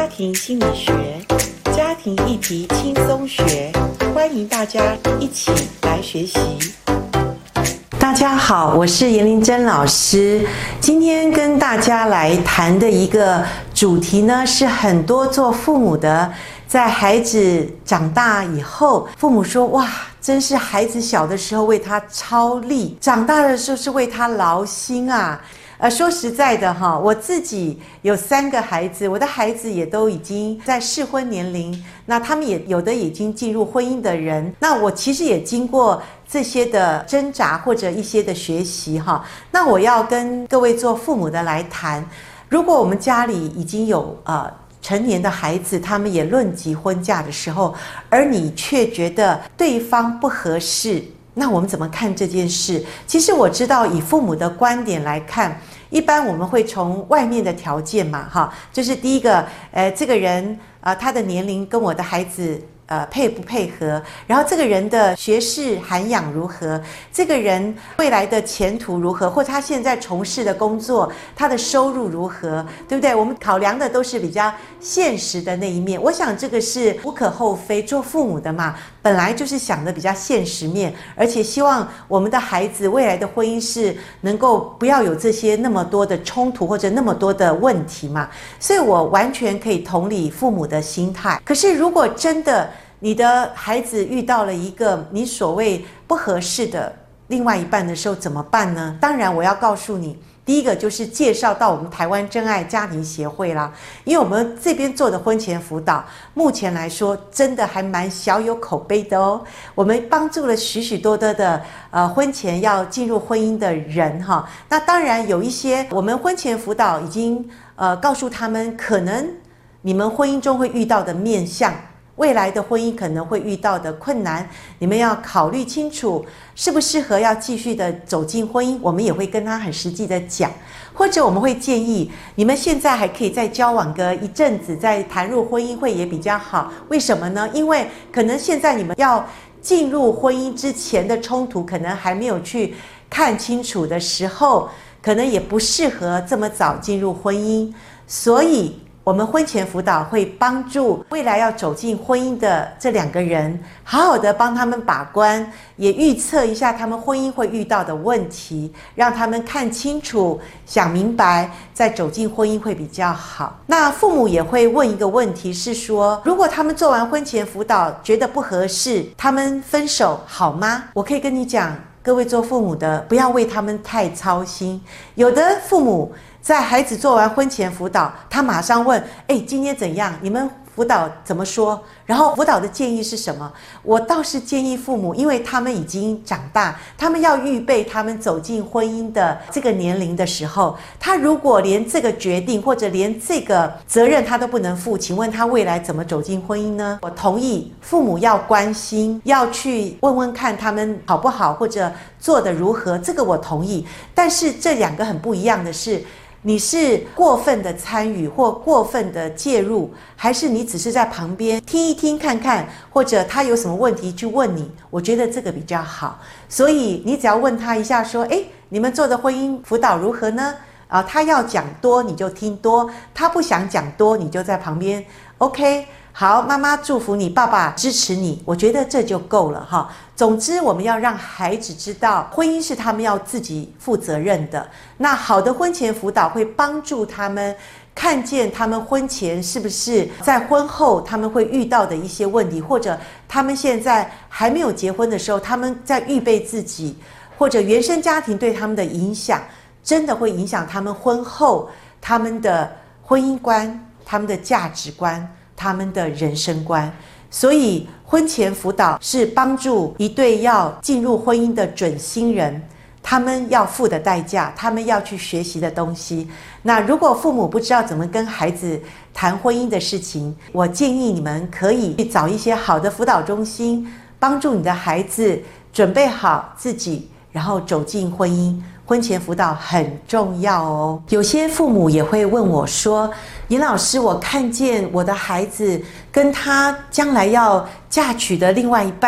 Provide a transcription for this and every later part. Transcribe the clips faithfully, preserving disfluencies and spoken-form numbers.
家庭心理学，家庭议题轻松学，欢迎大家一起来学习。大家好，我是严玲珍老师。今天跟大家来谈的一个主题呢，是很多做父母的，在孩子长大以后，父母说哇，真是孩子小的时候为他操力，长大的时候是为他劳心啊。呃，说实在的哈，我自己有三个孩子，我的孩子也都已经在适婚年龄，那他们也有的已经进入婚姻的人，那我其实也经过这些的挣扎或者一些的学习哈。那我要跟各位做父母的来谈，如果我们家里已经有呃成年的孩子，他们也论及婚嫁的时候，而你却觉得对方不合适，那我们怎么看这件事？其实我知道，以父母的观点来看，一般我们会从外面的条件嘛，哈，就是第一个，呃，这个人啊、呃，他的年龄跟我的孩子呃配不配合，然后这个人的学识涵养如何，这个人未来的前途如何，或他现在从事的工作，他的收入如何，对不对？我们考量的都是比较现实的那一面。我想这个是无可厚非，做父母的嘛，本来就是想的比较现实面，而且希望我们的孩子未来的婚姻是能够不要有这些那么多的冲突或者那么多的问题嘛。所以我完全可以同理父母的心态。可是如果真的你的孩子遇到了一个你所谓不合适的另外一半的时候怎么办呢？当然我要告诉你，第一个就是介绍到我们台湾真爱家庭协会啦，因为我们这边做的婚前辅导，目前来说真的还蛮小有口碑的哦。我们帮助了许许多多的呃婚前要进入婚姻的人哈。那当然有一些我们婚前辅导已经呃告诉他们，可能你们婚姻中会遇到的面向，未来的婚姻可能会遇到的困难，你们要考虑清楚适不适合要继续的走进婚姻，我们也会跟他很实际的讲，或者我们会建议你们现在还可以再交往个一阵子，再谈入婚姻会也比较好。为什么呢？因为可能现在你们要进入婚姻之前的冲突可能还没有去看清楚的时候，可能也不适合这么早进入婚姻，所以我们婚前辅导会帮助未来要走进婚姻的这两个人，好好的帮他们把关，也预测一下他们婚姻会遇到的问题，让他们看清楚想明白，再走进婚姻会比较好。那父母也会问一个问题，是说如果他们做完婚前辅导觉得不合适，他们分手好吗？我可以跟你讲，各位做父母的不要为他们太操心。有的父母在孩子做完婚前辅导，他马上问，哎，今天怎样？你们辅导怎么说？然后辅导的建议是什么？我倒是建议父母，因为他们已经长大，他们要预备他们走进婚姻的这个年龄的时候，他如果连这个决定或者连这个责任他都不能负，请问他未来怎么走进婚姻呢？我同意父母要关心，要去问问看他们好不好，或者做得如何，这个我同意。但是这两个很不一样的是，你是过分的参与或过分的介入，还是你只是在旁边听一听看看，或者他有什么问题去问你，我觉得这个比较好。所以你只要问他一下说，诶，你们做的婚姻辅导如何呢？啊，他要讲多你就听多，他不想讲多你就在旁边 OK， 好，妈妈祝福你，爸爸支持你，我觉得这就够了哈。总之我们要让孩子知道婚姻是他们要自己负责任的，那好的婚前辅导会帮助他们看见他们婚前是不是在婚后他们会遇到的一些问题，或者他们现在还没有结婚的时候他们在预备自己，或者原生家庭对他们的影响真的会影响他们婚后他们的婚姻观、他们的价值观、他们的人生观。所以婚前辅导是帮助一对要进入婚姻的准新人，他们要付的代价，他们要去学习的东西。那如果父母不知道怎么跟孩子谈婚姻的事情，我建议你们可以去找一些好的辅导中心，帮助你的孩子准备好自己，然后走进婚姻。婚前辅导很重要哦。有些父母也会问我说，严老师，我看见我的孩子跟他将来要嫁娶的另外一半，他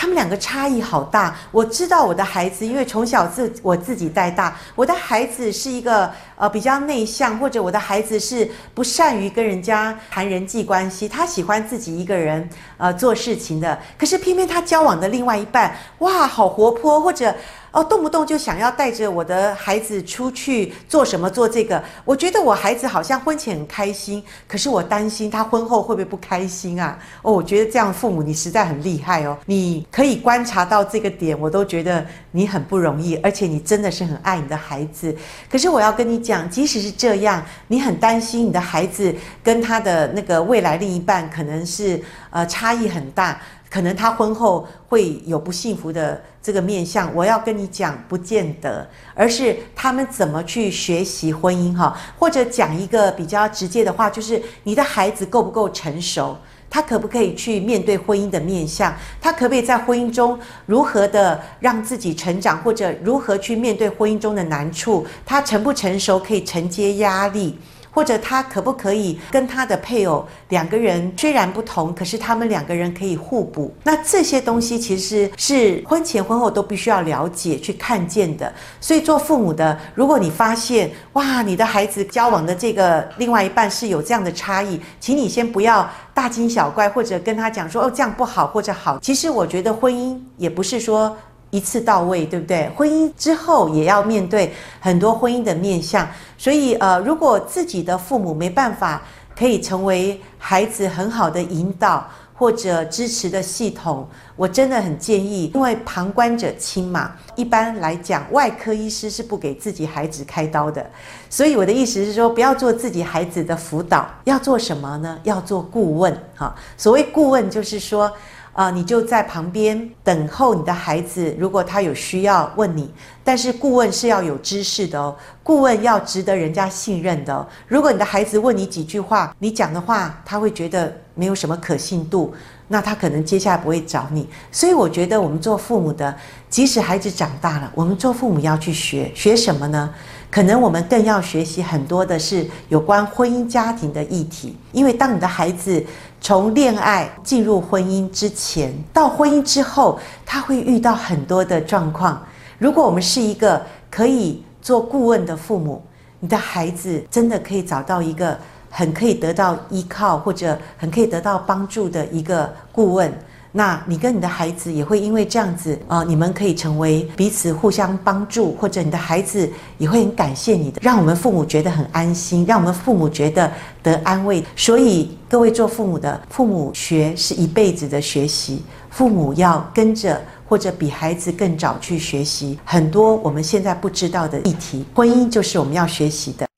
他们两个差异好大。我知道我的孩子，因为从小自我自己带大，我的孩子是一个呃比较内向，或者我的孩子是不善于跟人家谈人际关系，他喜欢自己一个人呃做事情的。可是偏偏他交往的另外一半，哇，好活泼，或者哦，动不动就想要带着我的孩子出去做什么做这个。我觉得我孩子好像婚前很开心，可是我担心他婚后会不会不开心啊？哦，我觉得这样父母你实在很厉害哦，你可以观察到这个点，我都觉得你很不容易，而且你真的是很爱你的孩子。可是我要跟你讲，即使是这样，你很担心你的孩子跟他的那个未来另一半可能是呃差异很大，可能他婚后会有不幸福的这个面向。我要跟你讲，不见得，而是他们怎么去学习婚姻哈，或者讲一个比较直接的话，就是你的孩子够不够成熟，他可不可以去面对婚姻的面向，他可不可以在婚姻中如何的让自己成长，或者如何去面对婚姻中的难处，他成不成熟可以承接压力，或者他可不可以跟他的配偶两个人虽然不同，可是他们两个人可以互补。那这些东西其实是婚前婚后都必须要了解去看见的。所以做父母的，如果你发现哇，你的孩子交往的这个另外一半是有这样的差异，请你先不要大惊小怪，或者跟他讲说哦这样不好或者好。其实我觉得婚姻也不是说一次到位，对不对？婚姻之后也要面对很多婚姻的面向。所以呃，如果自己的父母没办法可以成为孩子很好的引导或者支持的系统，我真的很建议，因为旁观者清嘛，一般来讲外科医师是不给自己孩子开刀的。所以我的意思是说，不要做自己孩子的辅导，要做什么呢？要做顾问哈。所谓顾问就是说呃，你就在旁边等候你的孩子，如果他有需要问你，但是顾问是要有知识的哦，顾问要值得人家信任的哦。如果你的孩子问你几句话，你讲的话他会觉得没有什么可信度，那他可能接下来不会找你。所以我觉得我们做父母的，即使孩子长大了，我们做父母要去学学什么呢？可能我们更要学习很多的是有关婚姻家庭的议题。因为当你的孩子从恋爱进入婚姻之前到婚姻之后，他会遇到很多的状况。如果我们是一个可以做顾问的父母，你的孩子真的可以找到一个很可以得到依靠或者很可以得到帮助的一个顾问，那你跟你的孩子也会因为这样子呃，你们可以成为彼此互相帮助，或者你的孩子也会很感谢你的，让我们父母觉得很安心，让我们父母觉得得安慰。所以各位做父母的，父母学是一辈子的学习，父母要跟着或者比孩子更早去学习很多我们现在不知道的议题，婚姻就是我们要学习的。